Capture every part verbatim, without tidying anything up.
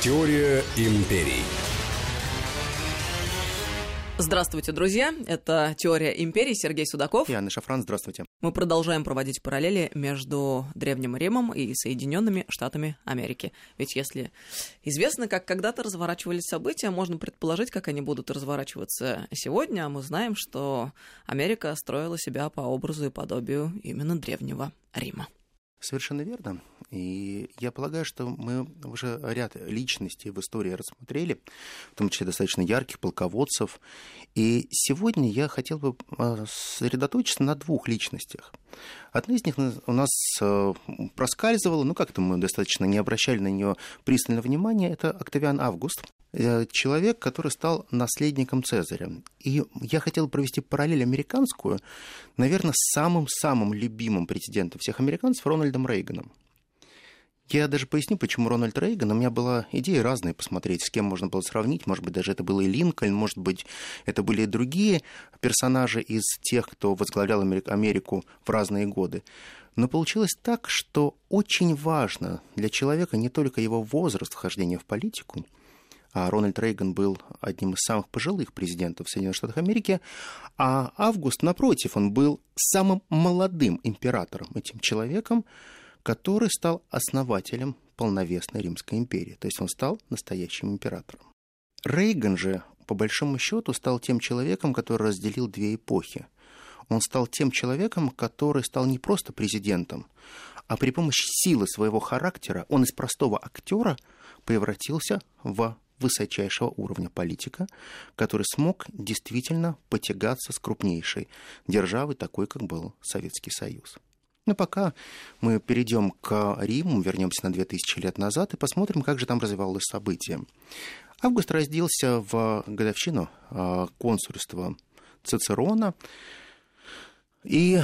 Теория империй. Здравствуйте, друзья. Это «Теория империй». Сергей Судаков. И Анна Шафран. Здравствуйте. Мы продолжаем проводить параллели между Древним Римом и Соединенными Штатами Америки. Ведь если известно, как когда-то разворачивались события, можно предположить, как они будут разворачиваться сегодня. А мы знаем, что Америка строила себя по образу и подобию именно Древнего Рима. Совершенно верно. И я полагаю, что мы уже ряд личностей в истории рассмотрели, в том числе достаточно ярких полководцев. И сегодня я хотел бы сосредоточиться на двух личностях. Одна из них у нас проскальзывала, ну как-то мы достаточно не обращали на нее пристального внимания, это Октавиан Август. Человек, который стал наследником Цезаря. И я хотел провести параллель американскую, наверное, с самым-самым любимым президентом всех американцев Рональдом Рейганом. Я даже поясню, почему Рональд Рейган. У меня была идея разная посмотреть, с кем можно было сравнить. Может быть, даже это был и Линкольн, может быть, это были и другие персонажи из тех, кто возглавлял Америку в разные годы. Но получилось так, что очень важно для человека не только его возраст вхождения в политику, а Рональд Рейган был одним из самых пожилых президентов Соединенных Штатов Америки, а Август, напротив, он был самым молодым императором, этим человеком, который стал основателем полновесной Римской империи. То есть он стал настоящим императором. Рейган же, по большому счету, стал тем человеком, который разделил две эпохи. Он стал тем человеком, который стал не просто президентом, а при помощи силы своего характера он из простого актера превратился в высочайшего уровня политика, который смог действительно потягаться с крупнейшей державой, такой, как был Советский Союз. Но пока мы перейдем к Риму, вернемся на две тысячи лет назад и посмотрим, как же там развивалось событие. Август родился в годовщину консульства Цицерона, и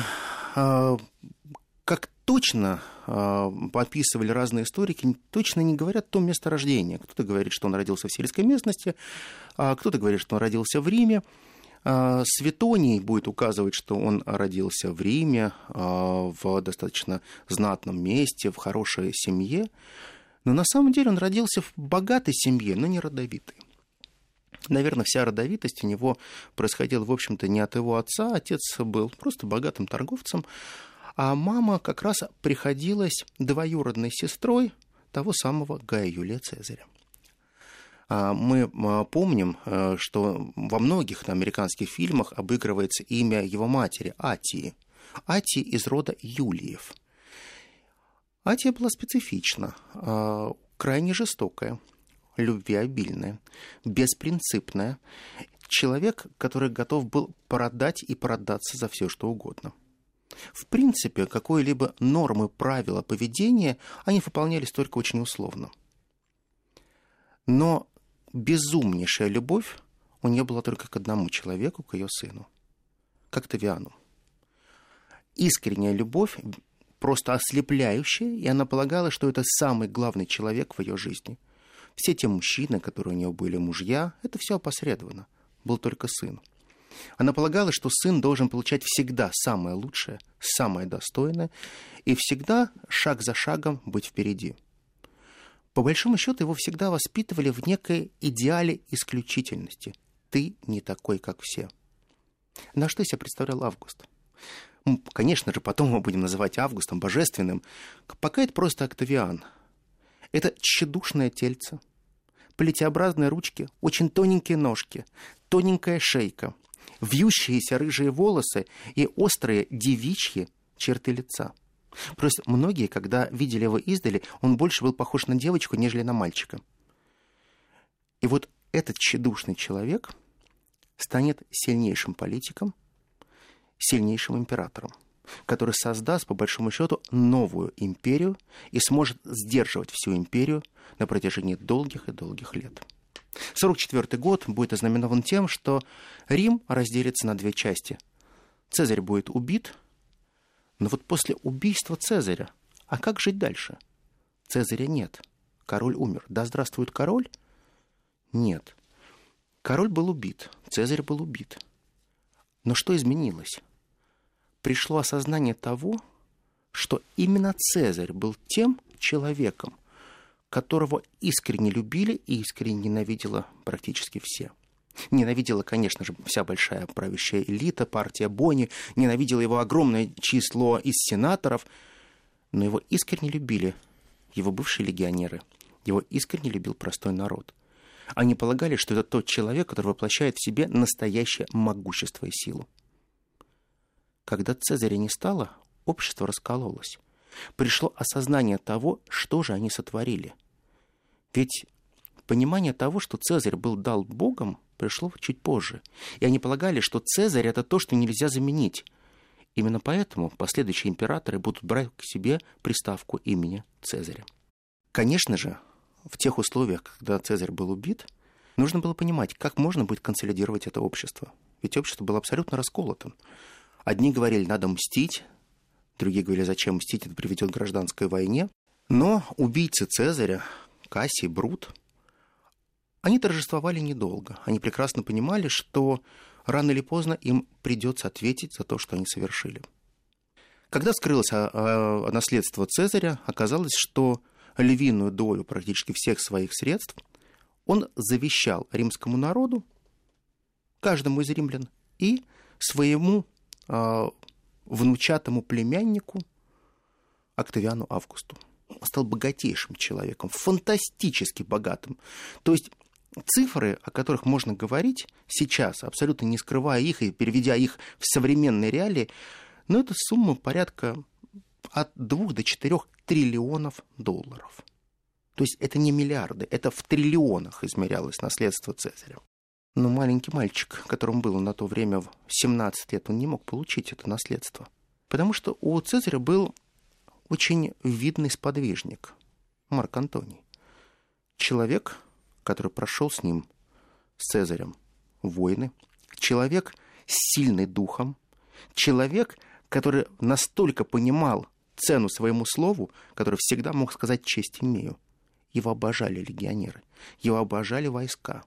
как точно описывали разные историки, точно не говорят то место рождения. Кто-то говорит, что он родился в сельской местности, а кто-то говорит, что он родился в Риме. Светоний будет указывать, что он родился в Риме, в достаточно знатном месте, в хорошей семье. Но на самом деле он родился в богатой семье, но не родовитой. Наверное, вся родовитость у него происходила, в общем-то, не от его отца. Отец был просто богатым торговцем, а мама как раз приходилась двоюродной сестрой того самого Гая Юлия Цезаря. Мы помним, что во многих американских фильмах обыгрывается имя его матери Атии. Атии из рода Юлиев. Атия была специфична, крайне жестокая, любвеобильная, беспринципная. Человек, который готов был продать и продаться за все, что угодно. В принципе, какой-либо нормы, правила поведения, они выполнялись только очень условно. Но безумнейшая любовь у нее была только к одному человеку, к ее сыну, к Октавиану. Искренняя любовь, просто ослепляющая, и она полагала, что это самый главный человек в ее жизни. Все те мужчины, которые у нее были мужья, это все опосредованно. Был только сын. Она полагала, что сын должен получать всегда самое лучшее, самое достойное, и всегда шаг за шагом быть впереди. По большому счету его всегда воспитывали в некой идеале исключительности. Ты не такой, как все. На что себя представлял Август? Конечно же, потом мы будем называть Августом божественным. Пока это просто Октавиан. Это тщедушное тельце, плетеобразные ручки, очень тоненькие ножки, тоненькая шейка, вьющиеся рыжие волосы и острые девичьи черты лица. Просто многие, когда видели его издали, он больше был похож на девочку, нежели на мальчика. И вот этот тщедушный человек станет сильнейшим политиком, сильнейшим императором, который создаст, по большому счету, новую империю и сможет сдерживать всю империю на протяжении долгих и долгих лет. сорок четвёртый год будет ознаменован тем, что Рим разделится на две части. Цезарь будет убит, но вот после убийства Цезаря, а как жить дальше? Цезаря нет, король умер. Да здравствует король? Нет. Король был убит, Цезарь был убит. Но что изменилось? Пришло осознание того, что именно Цезарь был тем человеком, которого искренне любили и искренне ненавидела практически все. Ненавидела, конечно же, вся большая правящая элита, партия Бони, ненавидела его огромное число из сенаторов, но его искренне любили его бывшие легионеры, его искренне любил простой народ. Они полагали, что это тот человек, который воплощает в себе настоящее могущество и силу. Когда Цезаря не стало, общество раскололось. Пришло осознание того, что же они сотворили. Ведь понимание того, что Цезарь был дан Богом, пришло чуть позже. И они полагали, что Цезарь — это то, что нельзя заменить. Именно поэтому последующие императоры будут брать к себе приставку имени Цезаря. Конечно же, в тех условиях, когда Цезарь был убит, нужно было понимать, как можно будет консолидировать это общество. Ведь общество было абсолютно расколото. Одни говорили, надо мстить, другие говорили, зачем мстить, это приведет к гражданской войне. Но убийцы Цезаря, Кассий, Брут, они торжествовали недолго. Они прекрасно понимали, что рано или поздно им придется ответить за то, что они совершили. Когда вскрылось наследство Цезаря, оказалось, что львиную долю практически всех своих средств он завещал римскому народу, каждому из римлян, и своему э, внучатому племяннику Октавиану Августу. Он стал богатейшим человеком, фантастически богатым. То есть цифры, о которых можно говорить сейчас, абсолютно не скрывая их и переведя их в современные реалии, но это сумма порядка от двух до четырех триллионов долларов. То есть это не миллиарды, это в триллионах измерялось наследство Цезаря. Но маленький мальчик, которому было на то время в семнадцать лет, он не мог получить это наследство. Потому что у Цезаря был очень видный сподвижник, Марк Антоний. Человек, который прошел с ним, с Цезарем, войны. Человек с сильным духом. Человек, который настолько понимал цену своему слову, который всегда мог сказать «честь имею». Его обожали легионеры, его обожали войска.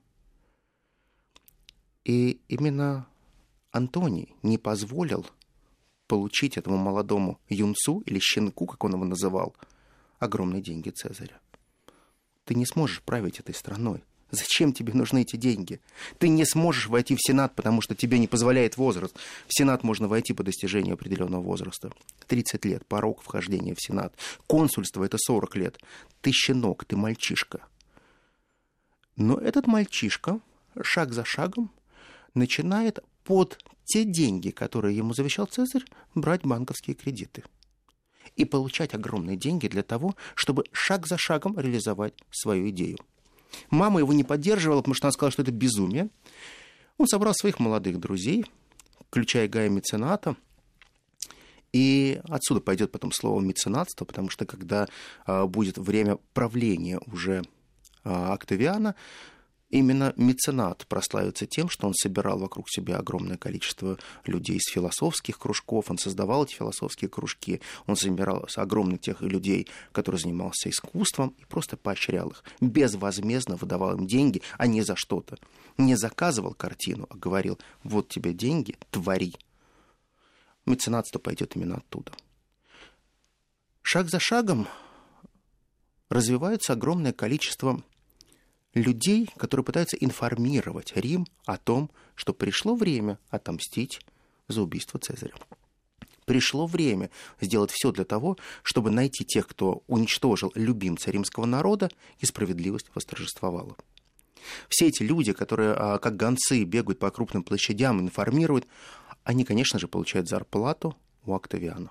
И именно Антоний не позволил получить этому молодому юнцу, или щенку, как он его называл, огромные деньги Цезаря. Ты не сможешь править этой страной. Зачем тебе нужны эти деньги? Ты не сможешь войти в Сенат, потому что тебе не позволяет возраст. В Сенат можно войти по достижению определенного возраста. тридцать лет, порог вхождения в Сенат. Консульство — это сорок лет. Ты щенок, ты мальчишка. Но этот мальчишка шаг за шагом начинает под те деньги, которые ему завещал Цезарь, брать банковские кредиты. И получать огромные деньги для того, чтобы шаг за шагом реализовать свою идею. Мама его не поддерживала, потому что она сказала, что это безумие. Он собрал своих молодых друзей, включая Гая Мецената. И отсюда пойдет потом слово меценатство, потому что когда а, будет время правления уже а, Октавиана, именно меценат прославится тем, что он собирал вокруг себя огромное количество людей из философских кружков, он создавал эти философские кружки, он собирал огромных тех людей, которые занимался искусством, и просто поощрял их, безвозмездно выдавал им деньги, а не за что-то. Не заказывал картину, а говорил: вот тебе деньги, твори. Меценатство пойдет именно оттуда. Шаг за шагом развивается огромное количество людей, которые пытаются информировать Рим о том, что пришло время отомстить за убийство Цезаря. Пришло время сделать все для того, чтобы найти тех, кто уничтожил любимца римского народа, и справедливость восторжествовала. Все эти люди, которые как гонцы бегают по крупным площадям, информируют, они, конечно же, получают зарплату у Октавиана.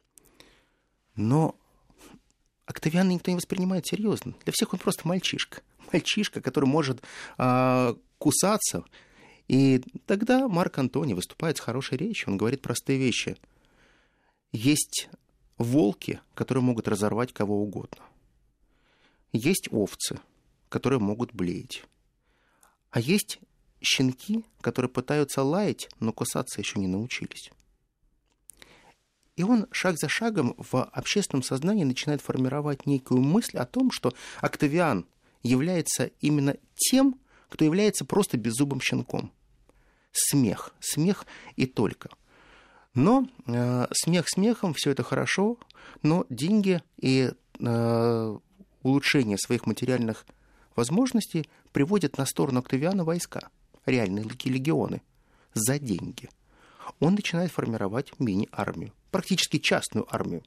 Но Октавиана никто не воспринимает серьезно. Для всех он просто мальчишка. Мальчишка, который может а, кусаться. И тогда Марк Антоний выступает с хорошей речью. Он говорит простые вещи. Есть волки, которые могут разорвать кого угодно. Есть овцы, которые могут блеять. А есть щенки, которые пытаются лаять, но кусаться еще не научились. И он шаг за шагом в общественном сознании начинает формировать некую мысль о том, что Октавиан является именно тем, кто является просто беззубым щенком. Смех, смех и только. Но э, смех смехом, все это хорошо, но деньги и э, улучшения своих материальных возможностей приводит на сторону Октавиана войска, реальные легионы, за деньги. Он начинает формировать мини-армию, практически частную армию.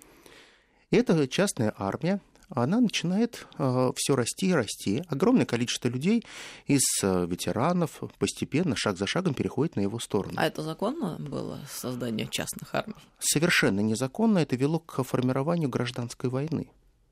И эта частная армия, она начинает э, все расти и расти. Огромное количество людей из э, ветеранов постепенно, шаг за шагом, переходит на его сторону. А это законно было, создание частных армий? Совершенно незаконно. Это вело к формированию гражданской войны.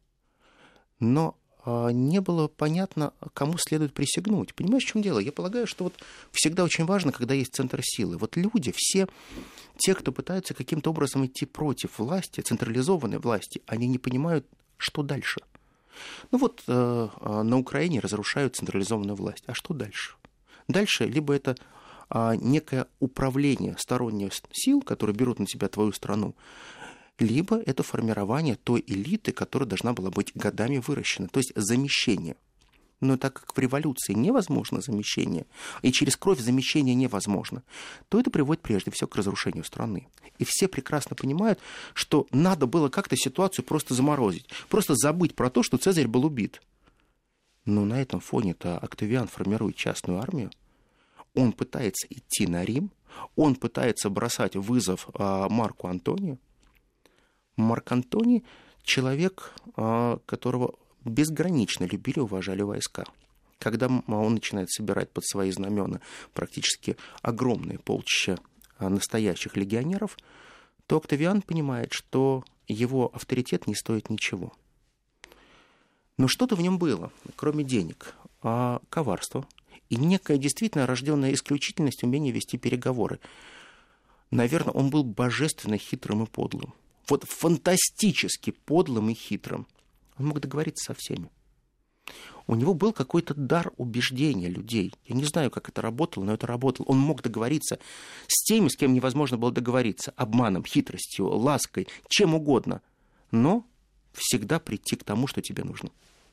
Но э, не было понятно, кому следует присягнуть. Понимаешь, в чем дело? Я полагаю, что вот всегда очень важно, когда есть центр силы. Вот люди, все те, кто пытаются каким-то образом идти против власти, централизованной власти, они не понимают, что дальше? Ну вот э, на Украине разрушают централизованную власть. А что дальше? Дальше либо это э, некое управление сторонних сил, которые берут на себя твою страну, либо это формирование той элиты, которая должна была быть годами выращена, то есть замещение. Но так как в революции невозможно замещение, и через кровь замещение невозможно, то это приводит прежде всего к разрушению страны. И все прекрасно понимают, что надо было как-то ситуацию просто заморозить, просто забыть про то, что Цезарь был убит. Но на этом фоне-то Октавиан формирует частную армию, он пытается идти на Рим, он пытается бросать вызов а, Марку Антонию. Марк Антоний — человек, а, которого безгранично любили и уважали войска. Когда он начинает собирать под свои знамена практически огромные полчища настоящих легионеров, то Октавиан понимает, что его авторитет не стоит ничего. Но что-то в нем было, кроме денег, а коварство и некая действительно рожденная исключительность умения вести переговоры. Наверное, он был божественно хитрым и подлым. Вот фантастически подлым и хитрым. Он мог договориться со всеми. У него был какой-то дар убеждения людей. Я не знаю, как это работало, но это работало. Он мог договориться с теми, с кем невозможно было договориться. Обманом, хитростью, лаской, чем угодно. Но всегда прийти к тому, что тебе нужно.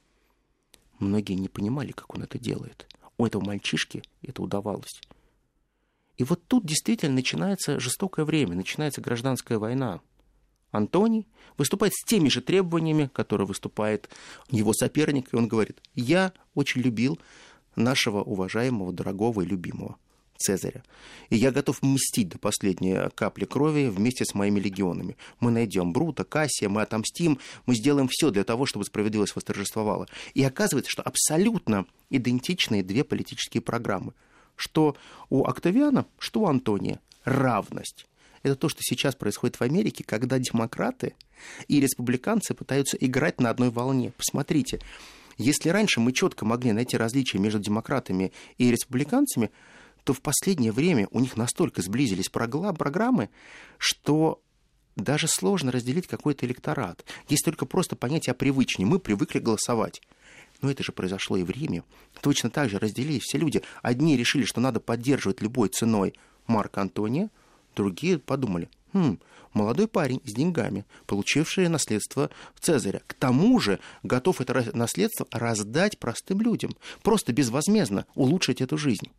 Многие не понимали, как он это делает. У этого мальчишки это удавалось. И вот тут действительно начинается жестокое время, начинается гражданская война. Антоний выступает с теми же требованиями, которые выступает его соперник, и он говорит: я очень любил нашего уважаемого, дорогого и любимого Цезаря, и я готов мстить до последней капли крови вместе с моими легионами. Мы найдем Брута, Кассия, мы отомстим, мы сделаем все для того, чтобы справедливость восторжествовала. И оказывается, что абсолютно идентичные две политические программы. Что у Октавиана, что у Антония. Равность. Это то, что сейчас происходит в Америке, когда демократы и республиканцы пытаются играть на одной волне. Посмотрите, если раньше мы четко могли найти различия между демократами и республиканцами, то в последнее время у них настолько сблизились программы, что даже сложно разделить какой-то электорат. Есть только просто понятие привычнее. Мы привыкли голосовать. Но это же произошло и в Риме. Точно так же разделились все люди. Одни решили, что надо поддерживать любой ценой Марка Антония, другие подумали: хм, молодой парень с деньгами, получивший наследство Цезаря. К тому же готов это наследство раздать простым людям. Просто безвозмездно улучшить эту жизнь.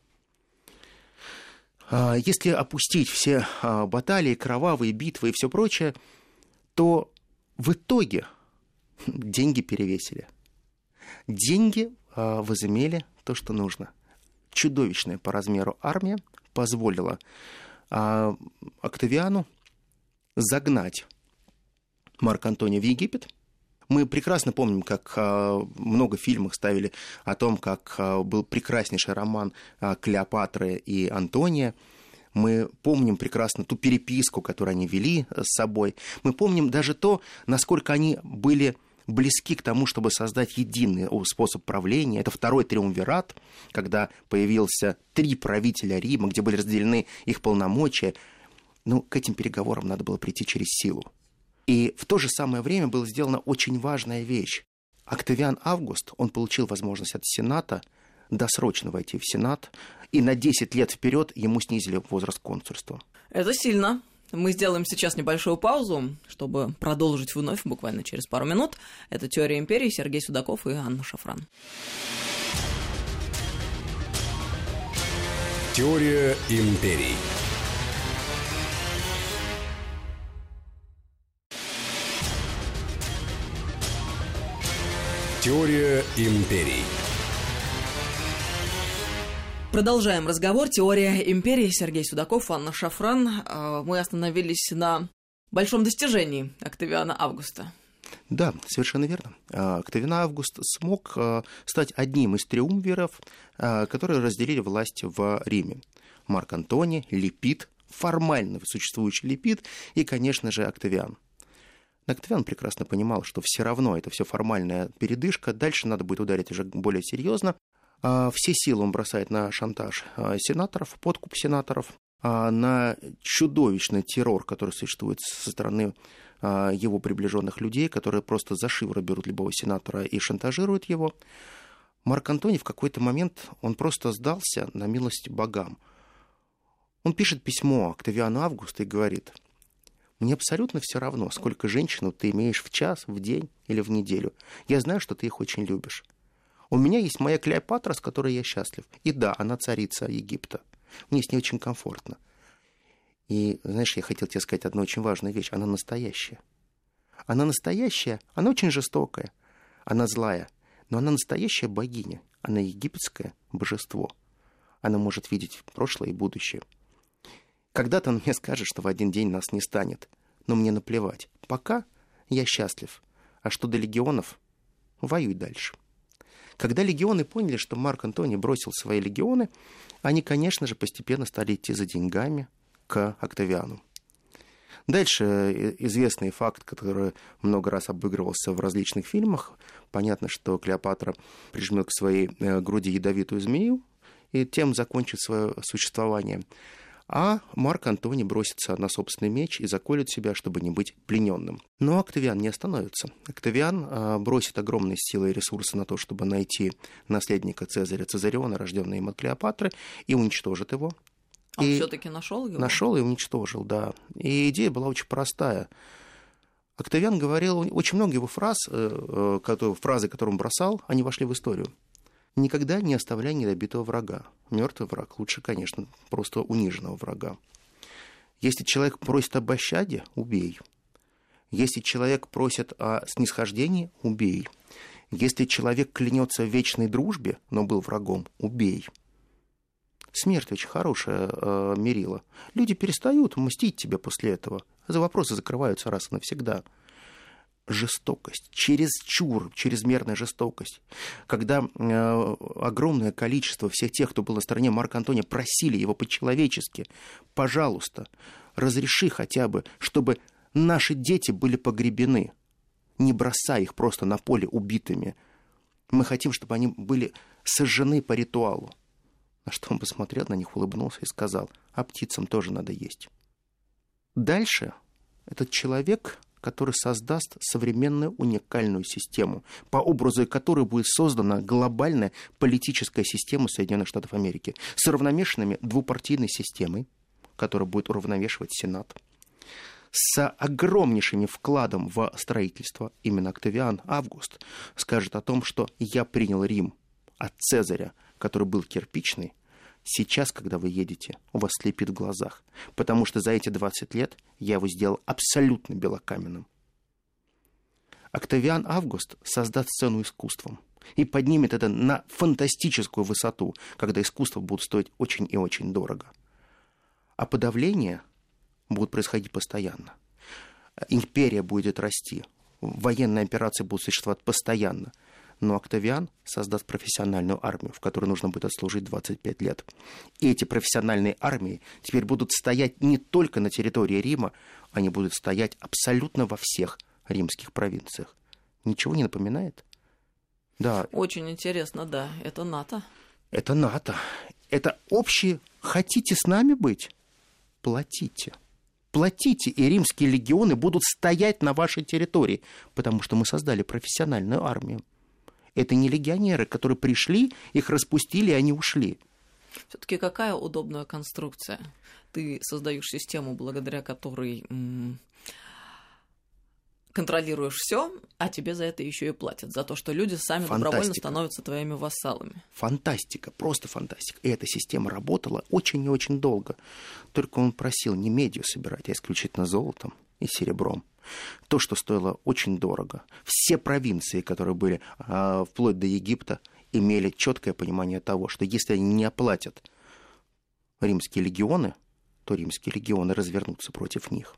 Если опустить все баталии, кровавые битвы и все прочее, то в итоге деньги перевесили. Деньги возымели то, что нужно. Чудовищная по размеру армия позволила Октавиану загнать Марка Антония в Египет. Мы прекрасно помним, как много фильмов ставили о том, как был прекраснейший роман Клеопатры и Антония. Мы помним прекрасно ту переписку, которую они вели с собой. Мы помним даже то, насколько они были близки к тому, чтобы создать единый способ правления. Это второй триумвират, когда появился три правителя Рима, где были разделены их полномочия. Но к этим переговорам надо было прийти через силу. И в то же самое время была сделана очень важная вещь. Октавиан Август, он получил возможность от Сената досрочно войти в Сенат, и на десять лет вперед ему снизили возраст консульства. Это сильно. Мы сделаем сейчас небольшую паузу, чтобы продолжить вновь буквально через пару минут. Это «Теория империи», Сергей Судаков и Анна Шафран. Теория империй. Теория империй. Продолжаем разговор. Теория империи. Сергей Судаков, Анна Шафран. Мы остановились на большом достижении Октавиана Августа. Да, совершенно верно. Октавиан Август смог стать одним из триумвиров, которые разделили власть в Риме. Марк Антоний, Лепит, формально существующий Лепит и, конечно же, Октавиан. Октавиан прекрасно понимал, что все равно это все формальная передышка, дальше надо будет ударить уже более серьезно. Все силы он бросает на шантаж сенаторов, подкуп сенаторов, на чудовищный террор, который существует со стороны его приближенных людей, которые просто за шиворот берут любого сенатора и шантажируют его. Марк Антоний в какой-то момент он просто сдался на милость богам. Он пишет письмо Октавиану Августу и говорит: «Мне абсолютно все равно, сколько женщин ты имеешь в час, в день или в неделю. Я знаю, что ты их очень любишь. У меня есть моя Клеопатра, с которой я счастлив. И да, она царица Египта. Мне с ней очень комфортно. И, знаешь, я хотел тебе сказать одну очень важную вещь. Она настоящая. Она настоящая, она очень жестокая, она злая, но она настоящая богиня. Она египетское божество. Она может видеть прошлое и будущее. Когда-то он мне скажет, что в один день нас не станет. Но мне наплевать. Пока я счастлив. А что до легионов? Воюй дальше». Когда легионы поняли, что Марк Антоний бросил свои легионы, они, конечно же, постепенно стали идти за деньгами к Октавиану. Дальше известный факт, который много раз обыгрывался в различных фильмах. Понятно, что Клеопатра прижмет к своей груди ядовитую змею и тем закончит свое существование. А Марк Антоний бросится на собственный меч и заколет себя, чтобы не быть плененным. Но Октавиан не остановится. Октавиан бросит огромные силы и ресурсы на то, чтобы найти наследника Цезаря Цезариона, рожденного им от Клеопатры, и уничтожит его. Он и все-таки нашел его? Нашел и уничтожил, да. И идея была очень простая. Октавиан говорил, очень много его фраз, фразы, которые он бросал, они вошли в историю. Никогда не оставляй недобитого врага. Мертвый враг лучше, конечно, просто униженного врага. Если человек просит о пощаде, убей. Если человек просит о снисхождении, убей. Если человек клянется в вечной дружбе, но был врагом, убей. Смерть очень хорошая э, мерила. Люди перестают мстить тебе после этого. За вопросы закрываются раз и навсегда. Жестокость, чересчур, чрезмерная жестокость. Когда э, огромное количество всех тех, кто был на стороне Марка Антония, просили его по-человечески: пожалуйста, разреши хотя бы, чтобы наши дети были погребены. Не бросай их просто на поле убитыми. Мы хотим, чтобы они были сожжены по ритуалу. На что он посмотрел на них, улыбнулся и сказал: а птицам тоже надо есть. Дальше этот человек, который создаст современную уникальную систему, по образу которой будет создана глобальная политическая система Соединенных Штатов Америки с уравновешенными двупартийной системой, которая будет уравновешивать Сенат, с огромнейшим вкладом в строительство. Именно Октавиан Август скажет о том, что я принял Рим от Цезаря, который был кирпичный. Сейчас, когда вы едете, у вас слепит в глазах, потому что за эти двадцать лет я его сделал абсолютно белокаменным. Октавиан Август создаст сцену искусством и поднимет это на фантастическую высоту, когда искусство будет стоить очень и очень дорого. А подавления будут происходить постоянно. Империя будет расти, военные операции будут существовать постоянно. Но Октавиан создаст профессиональную армию, в которой нужно будет отслужить двадцать пять лет. И эти профессиональные армии теперь будут стоять не только на территории Рима, они будут стоять абсолютно во всех римских провинциях. Ничего не напоминает? Да. Очень интересно, да. Это НАТО. Это НАТО. Это общие. Хотите с нами быть? Платите. Платите, и римские легионы будут стоять на вашей территории, потому что мы создали профессиональную армию. Это не легионеры, которые пришли, их распустили, и они ушли. Все-таки какая удобная конструкция? Ты создаешь систему, благодаря которой м- контролируешь все, а тебе за это еще и платят. За то, что люди сами Фантастика. Добровольно становятся твоими вассалами. Фантастика, просто фантастика. И эта система работала очень и очень долго. Только он просил не медью собирать, а исключительно золотом и серебром. То, что стоило очень дорого. Все провинции, которые были а, вплоть до Египта, имели четкое понимание того, что если они не оплатят римские легионы, то римские легионы развернутся против них.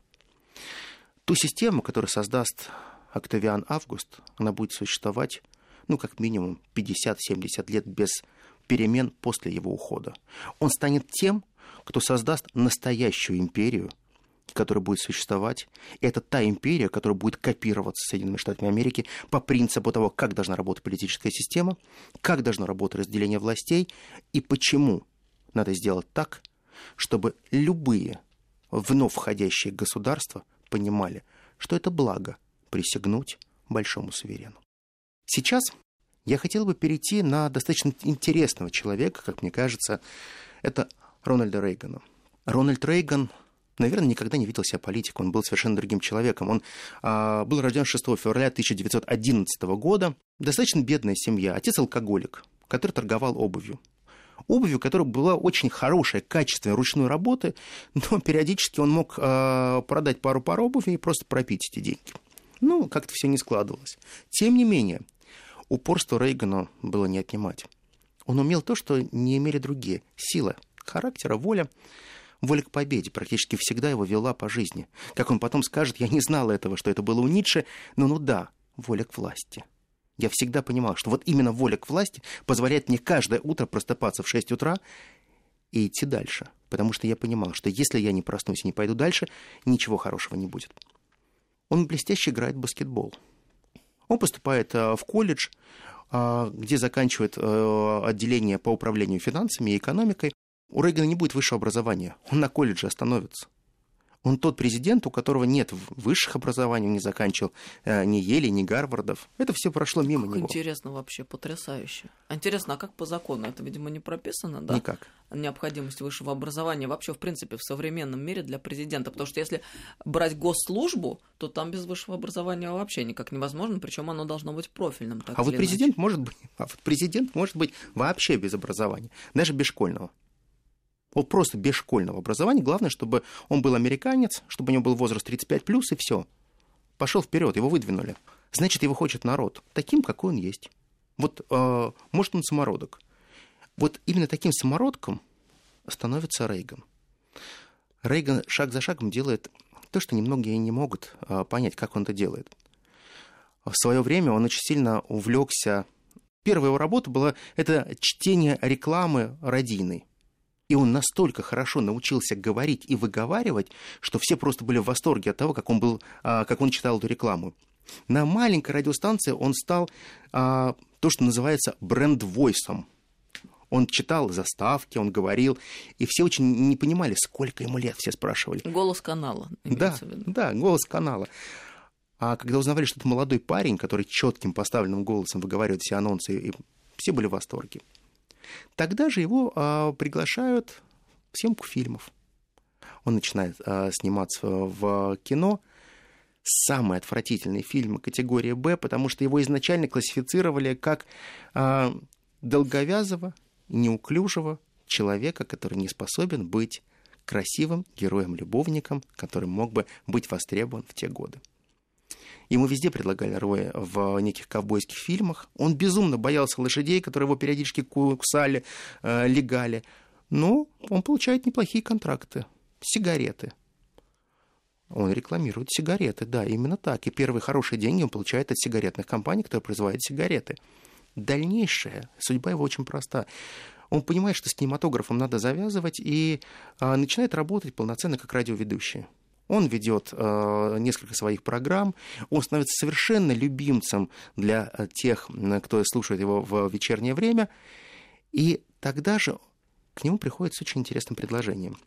Ту систему, которую создаст Октавиан Август, она будет существовать, ну, как минимум пятьдесят-семьдесят лет без перемен после его ухода. Он станет тем, кто создаст настоящую империю, которая будет существовать. И это та империя, которая будет копироваться Соединенными Штатами Америки по принципу того, как должна работать политическая система, как должно работать разделение властей и почему надо сделать так, чтобы любые вновь входящие государства понимали, что это благо присягнуть большому суверену. Сейчас я хотел бы перейти на достаточно интересного человека, как мне кажется, это Рональда Рейгана. Рональд Рейган, наверное, никогда не видел себя политиком, он был совершенно другим человеком. Он а, был рожден шестого февраля тысяча девятьсот одиннадцатого года. Достаточно бедная семья. Отец алкоголик, который торговал обувью. Обувью, которая была очень хорошая, качественной, ручной работы, но периодически он мог а, продать пару пар обуви и просто пропить эти деньги. Ну, как-то все не складывалось. Тем не менее, упорство Рейгану было не отнимать. Он умел то, что не имели другие. Сила характера, воля. Воля к победе практически всегда его вела по жизни. Как он потом скажет, я не знал этого, что это было у Ницше, но ну да, воля к власти. Я всегда понимал, что вот именно воля к власти позволяет мне каждое утро просыпаться в шесть утра и идти дальше. Потому что я понимал, что если я не проснусь и не пойду дальше, ничего хорошего не будет. Он блестяще играет в баскетбол. Он поступает в колледж, где заканчивает отделение по управлению финансами и экономикой. У Рейгана не будет высшего образования. Он на колледже остановится. Он тот президент, у которого нет высших образований, он не заканчивал э, ни Йеля, ни Гарвардов. Это все прошло мимо как него. Интересно вообще, потрясающе. Интересно, а как по закону? Это, видимо, не прописано, да? Никак. Необходимость высшего образования вообще, в принципе, в современном мире для президента. Потому что если брать госслужбу, то там без высшего образования вообще никак невозможно, причем оно должно быть профильным. Так а, вот или президент иначе. может быть, а вот президент может быть вообще без образования, даже без школьного. Вот просто без школьного образования. Главное, чтобы он был американец, чтобы у него был возраст тридцать пять плюс, и все. Пошел вперед, его выдвинули. Значит, его хочет народ. Таким, какой он есть. Вот, э, может, он самородок. Вот именно таким самородком становится Рейган. Рейган шаг за шагом делает то, что немногие не могут э, понять, как он это делает. В свое время он очень сильно увлекся. Первая его работа была это чтение рекламы радийной. И он настолько хорошо научился говорить и выговаривать, что все просто были в восторге от того, как он, был, как он читал эту рекламу. На маленькой радиостанции он стал а, то, что называется бренд-войсом. Он читал заставки, он говорил, и все очень не понимали, сколько ему лет, все спрашивали. Голос канала. Да, да, голос канала. А когда узнавали, что это молодой парень, который четким поставленным голосом выговаривает все анонсы, и все были в восторге. Тогда же его а, приглашают в съемку фильмов. Он начинает а, сниматься в кино. Самые отвратительные фильмы категории «Б», потому что его изначально классифицировали как а, долговязого, неуклюжего человека, который не способен быть красивым героем-любовником, который мог бы быть востребован в те годы. Ему везде предлагали роли в неких ковбойских фильмах. Он безумно боялся лошадей, которые его периодически кусали, э, легали. Но он получает неплохие контракты. Сигареты. Он рекламирует сигареты, да, именно так. И первые хорошие деньги он получает от сигаретных компаний, которые производят сигареты. Дальнейшая судьба его очень проста. Он понимает, что с кинематографом надо завязывать, и э, начинает работать полноценно как радиоведущий. Он ведет э, несколько своих программ, он становится совершенно любимцем для тех, кто слушает его в вечернее время, и тогда же к нему приходит с очень интересным предложением.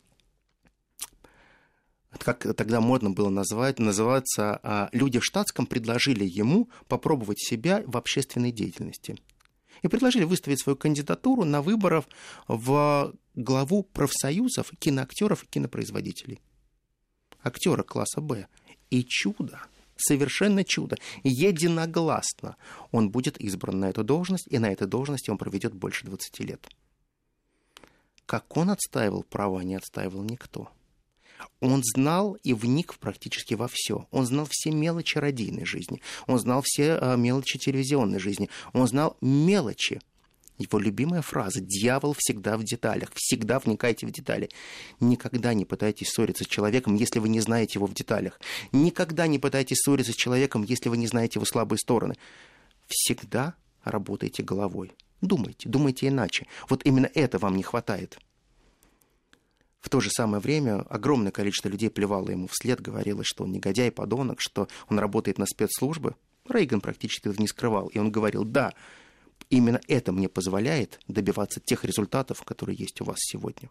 Как тогда модно было назвать, называться, э, люди в штатском предложили ему попробовать себя в общественной деятельности. И предложили выставить свою кандидатуру на выборах в главу профсоюзов киноактеров и кинопроизводителей. Актера класса «Б». И чудо, совершенно чудо, единогласно он будет избран на эту должность, и на этой должности он проведет больше двадцати лет. Как он отстаивал права, не отстаивал никто. Он знал и вник практически во все. Он знал все мелочи радийной жизни. Он знал все а, мелочи телевизионной жизни. Он знал мелочи. Его любимая фраза «Дьявол всегда в деталях». Всегда вникайте в детали. Никогда не пытайтесь ссориться с человеком, если вы не знаете его в деталях. Никогда не пытайтесь ссориться с человеком, если вы не знаете его слабые стороны. Всегда работайте головой. Думайте, думайте иначе. Вот именно это вам не хватает. В то же самое время огромное количество людей плевало ему вслед, говорило, что он негодяй, подонок, что он работает на спецслужбы. Рейган практически этого не скрывал. И он говорил, да, именно это мне позволяет добиваться тех результатов, которые есть у вас сегодня.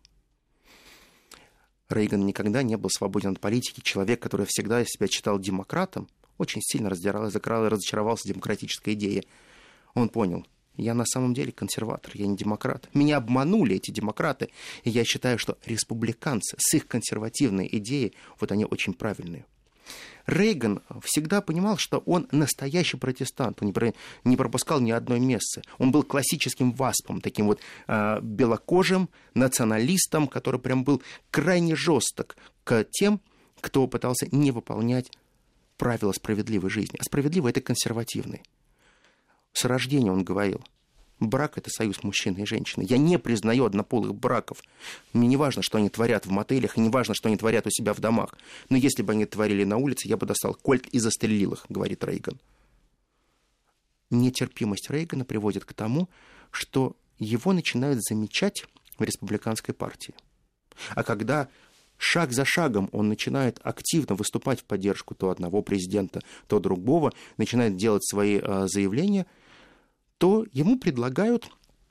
Рейган никогда не был свободен от политики. Человек, который всегда себя считал демократом, очень сильно разочаровался в демократической идее. Он понял, я на самом деле консерватор, я не демократ. Меня обманули эти демократы, и я считаю, что республиканцы с их консервативной идеей, вот они очень правильные. Рейган всегда понимал, что он настоящий протестант, он не пропускал ни одной мессы. Он был классическим васпом, таким вот э, белокожим националистом, который прям был крайне жесток к тем, кто пытался не выполнять правила справедливой жизни. А справедливый — это консервативный. С рождения он говорил, брак — это союз мужчины и женщины. Я не признаю однополых браков. Мне не важно, что они творят в мотелях, и не важно, что они творят у себя в домах. Но если бы они творили на улице, я бы достал кольт и застрелил их, говорит Рейган. Нетерпимость Рейгана приводит к тому, что его начинают замечать в республиканской партии. А когда шаг за шагом он начинает активно выступать в поддержку то одного президента, то другого, начинает делать свои э, заявления, то ему предлагают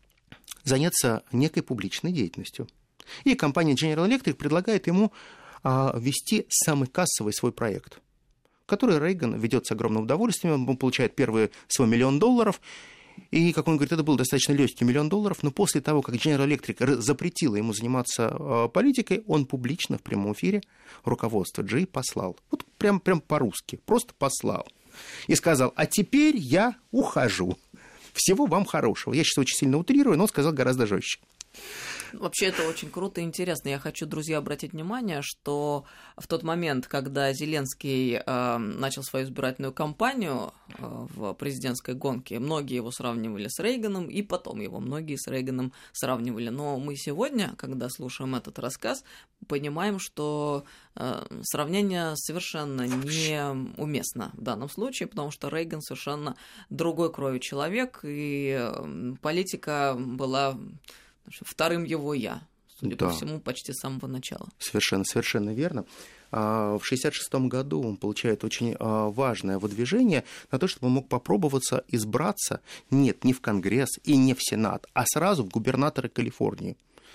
заняться некой публичной деятельностью. И компания General Electric предлагает ему а, вести самый кассовый свой проект, который Рейган ведет с огромным удовольствием. Он получает первый свой миллион долларов. И, как он говорит, это был достаточно легкий миллион долларов, но после того, как General Electric запретила ему заниматься а, политикой, он публично в прямом эфире руководство джи и послал. Вот прям, прям по-русски, просто послал. И сказал, а теперь я ухожу. Всего вам хорошего. Я сейчас очень сильно утрирую, но он сказал гораздо жестче. Вообще это очень круто и интересно. Я хочу, друзья, обратить внимание, что в тот момент, когда Зеленский э, начал свою избирательную кампанию э, в президентской гонке, многие его сравнивали с Рейганом, и потом его многие с Рейганом сравнивали. Но мы сегодня, когда слушаем этот рассказ, понимаем, что э, сравнение совершенно неуместно в данном случае, потому что Рейган совершенно другой крови человек, и э, политика была вторым его «я», судя да. по всему, почти с самого начала. Совершенно, совершенно верно. В шестьдесят шестом году он получает очень важное выдвижение на то, чтобы он мог попробоваться избраться, нет, не в Конгресс и не в Сенат, а сразу в губернаторы Калифорнии.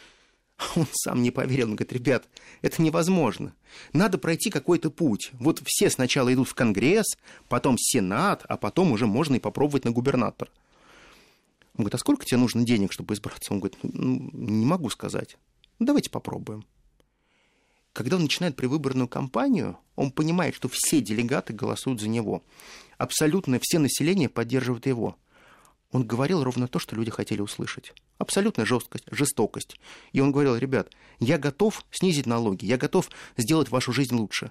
Он сам не поверил, он говорит, ребят, это невозможно. Надо пройти какой-то путь. Вот все сначала идут в Конгресс, потом Сенат, а потом уже можно и попробовать на губернатора. Он говорит, а сколько тебе нужно денег, чтобы избраться? Он говорит, ну, не могу сказать. Ну, давайте попробуем. Когда он начинает предвыборную кампанию, он понимает, что все делегаты голосуют за него. Абсолютно все население поддерживает его. Он говорил ровно то, что люди хотели услышать. Абсолютная жесткость, жестокость. И он говорил, ребят, я готов снизить налоги, я готов сделать вашу жизнь лучше.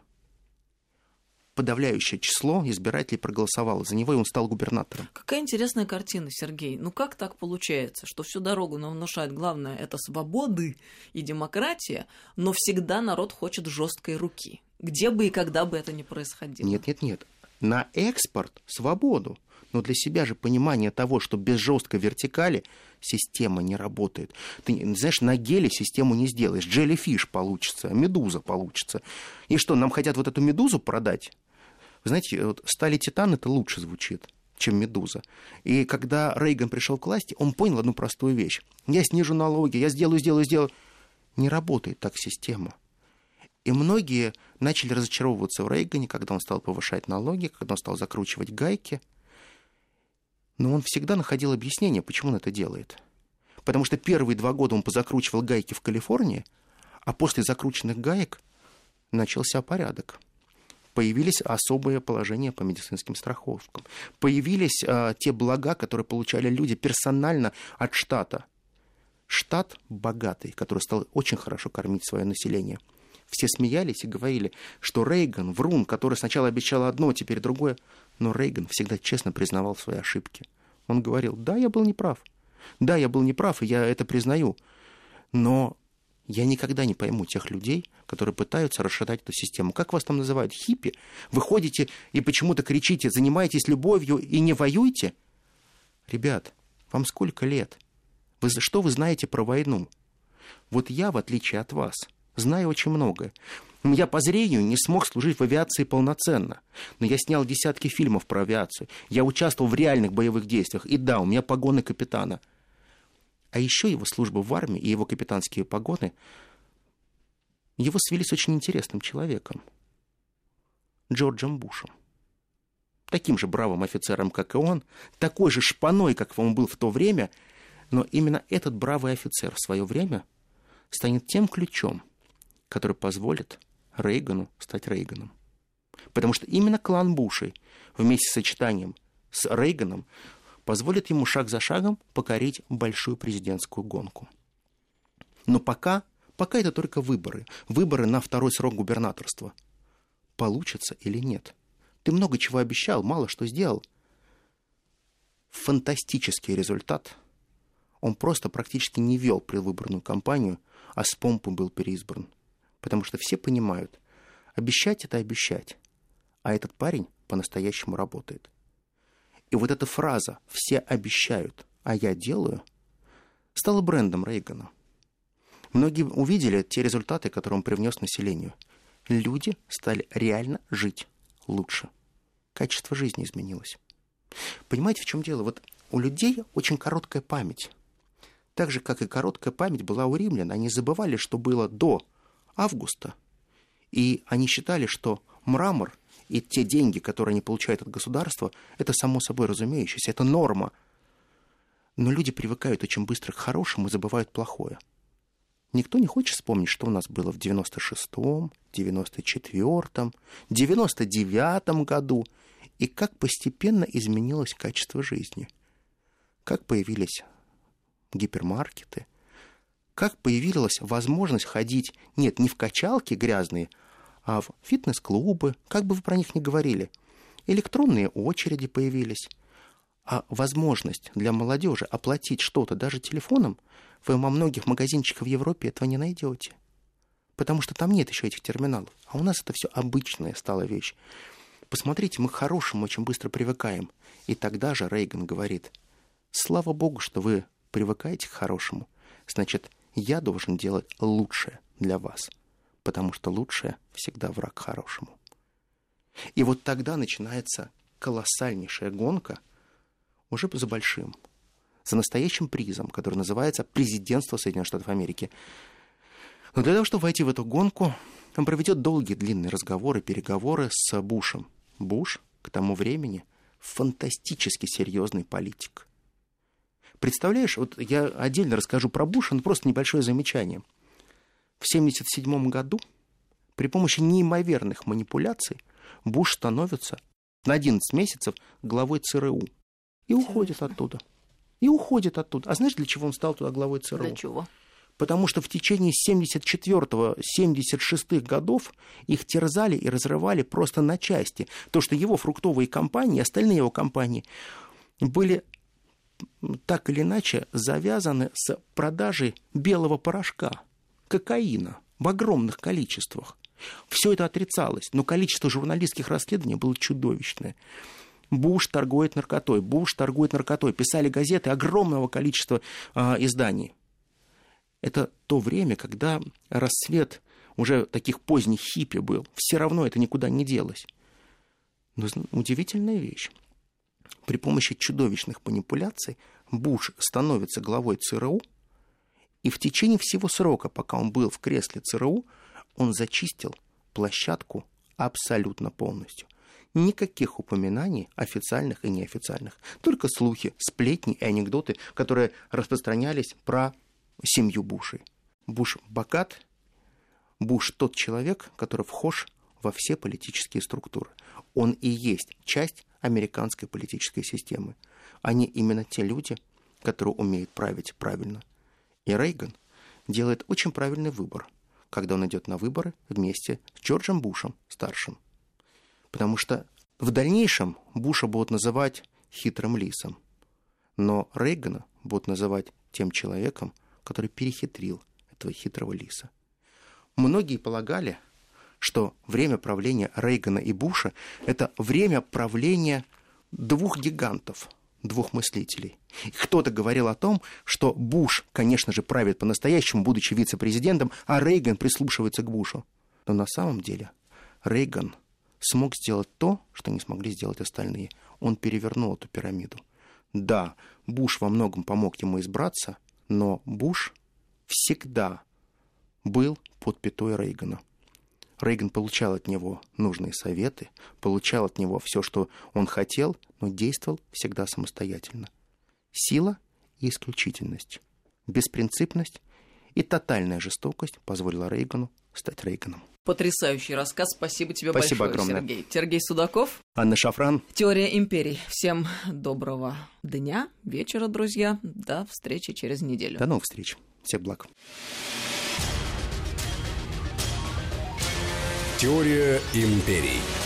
Подавляющее число избирателей проголосовало за него, и он стал губернатором. Какая интересная картина, Сергей. Ну как так получается, что всю дорогу нам внушает главное — это свободы и демократия, но всегда народ хочет жесткой руки, где бы и когда бы это ни происходило? Нет, нет, нет. На экспорт свободу. Но для себя же понимание того, что без жесткой вертикали система не работает. Ты знаешь, на геле систему не сделаешь. Jellyfish получится, медуза получится. И что, нам хотят вот эту медузу продать? Вы знаете, вот стали титан это лучше звучит, чем медуза. И когда Рейган пришел к власти, он понял одну простую вещь. Я снижу налоги, я сделаю, сделаю, сделаю. Не работает так система. И многие начали разочаровываться в Рейгане, когда он стал повышать налоги, когда он стал закручивать гайки. Но он всегда находил объяснение, почему он это делает. Потому что первые два года он позакручивал гайки в Калифорнии, а после закрученных гаек начался порядок. Появились особые положения по медицинским страховкам. Появились а, те блага, которые получали люди персонально от штата. Штат богатый, который стал очень хорошо кормить свое население. Все смеялись и говорили, что Рейган врун, который сначала обещал одно, теперь другое. Но Рейган всегда честно признавал свои ошибки. Он говорил, да, я был неправ. Да, я был неправ, и я это признаю. Но я никогда не пойму тех людей, которые пытаются расшатать эту систему. Как вас там называют? Хиппи? Вы ходите и почему-то кричите, занимаетесь любовью и не воюете? Ребят, вам сколько лет? Вы, что вы знаете про войну? Вот я, в отличие от вас, знаю очень многое. Я по зрению не смог служить в авиации полноценно. Но я снял десятки фильмов про авиацию. Я участвовал в реальных боевых действиях. И да, у меня погоны капитана. А еще его служба в армии и его капитанские погоны его свели с очень интересным человеком. Джорджем Бушем. Таким же бравым офицером, как и он. Такой же шпаной, как он был в то время. Но именно этот бравый офицер в свое время станет тем ключом, который позволит Рейгану стать Рейганом. Потому что именно клан Бушей вместе с сочетанием с Рейганом позволит ему шаг за шагом покорить большую президентскую гонку. Но пока, пока это только выборы. Выборы на второй срок губернаторства. Получится или нет? Ты много чего обещал, мало что сделал. Фантастический результат. Он просто практически не вел предвыборную кампанию, а с помпы был переизбран. Потому что все понимают, обещать — это обещать. А этот парень по-настоящему работает. И вот эта фраза «все обещают, а я делаю» стала брендом Рейгана. Многие увидели те результаты, которые он привнес населению. Люди стали реально жить лучше. Качество жизни изменилось. Понимаете, в чем дело? Вот у людей очень короткая память. Так же, как и короткая память была у римлян. Они забывали, что было до августа. И они считали, что мрамор и те деньги, которые они получают от государства, это само собой разумеющееся, это норма. Но люди привыкают очень быстро к хорошему и забывают плохое. Никто не хочет вспомнить, что у нас было в девяносто шестом, девяносто четвёртом, девяносто девятом году, и как постепенно изменилось качество жизни. Как появились гипермаркеты, как появилась возможность ходить, нет, не в качалки грязные, а в фитнес-клубы, как бы вы про них ни говорили. Электронные очереди появились. А возможность для молодежи оплатить что-то даже телефоном, вы во многих магазинчиках в Европе этого не найдете. Потому что там нет еще этих терминалов. А у нас это все обычная стала вещь. Посмотрите, мы к хорошему очень быстро привыкаем. И тогда же Рейган говорит, слава богу, что вы привыкаете к хорошему. Значит, я должен делать лучшее для вас. Потому что лучшее всегда враг хорошему. И вот тогда начинается колоссальнейшая гонка уже за большим, за настоящим призом, который называется президентство Соединенных Штатов Америки. Но для того, чтобы войти в эту гонку, он проведет долгие длинные разговоры, переговоры с Бушем. Буш к тому времени фантастически серьезный политик. Представляешь, вот я отдельно расскажу про Буша, но просто небольшое замечание. В семьдесят седьмом году при помощи неимоверных манипуляций Буш становится на одиннадцать месяцев главой ЦРУ. И уходит оттуда. И уходит оттуда. А знаешь, для чего он стал туда главой ЦРУ? Для чего? Потому что в течение семьдесят четвёртого — семьдесят шестых годов их терзали и разрывали просто на части. То, что его фруктовые компании, остальные его компании были так или иначе завязаны с продажей белого порошка, кокаина в огромных количествах. Все это отрицалось, но количество журналистских расследований было чудовищное. Буш торгует наркотой, Буш торгует наркотой. Писали газеты огромного количества э, изданий. Это то время, когда расцвет уже таких поздних хиппи был. Все равно это никуда не делось. Но удивительная вещь. При помощи чудовищных манипуляций Буш становится главой ЦРУ, и в течение всего срока, пока он был в кресле ЦРУ, он зачистил площадку абсолютно полностью. Никаких упоминаний официальных и неофициальных. Только слухи, сплетни и анекдоты, которые распространялись про семью Бушей. Буш богат, Буш тот человек, который вхож во все политические структуры. Он и есть часть американской политической системы. Они именно те люди, которые умеют править правильно. И Рейган делает очень правильный выбор, когда он идет на выборы вместе с Джорджем Бушем старшим. Потому что в дальнейшем Буша будут называть хитрым лисом, но Рейгана будут называть тем человеком, который перехитрил этого хитрого лиса. Многие полагали, что время правления Рейгана и Буша – это время правления двух гигантов, двух мыслителей. И кто-то говорил о том, что Буш, конечно же, правит по-настоящему, будучи вице-президентом, а Рейган прислушивается к Бушу. Но на самом деле Рейган смог сделать то, что не смогли сделать остальные. Он перевернул эту пирамиду. Да, Буш во многом помог ему избраться, но Буш всегда был под пятой Рейгана. Рейган получал от него нужные советы, получал от него все, что он хотел, но действовал всегда самостоятельно. Сила и исключительность, беспринципность и тотальная жестокость позволила Рейгану стать Рейганом. Потрясающий рассказ. Спасибо тебе Спасибо большое, огромное. Сергей. Сергей Судаков. Анна Шафран. Теория империй. Всем доброго дня, вечера, друзья. До встречи через неделю. До новых встреч. Всех благ. Теория империй.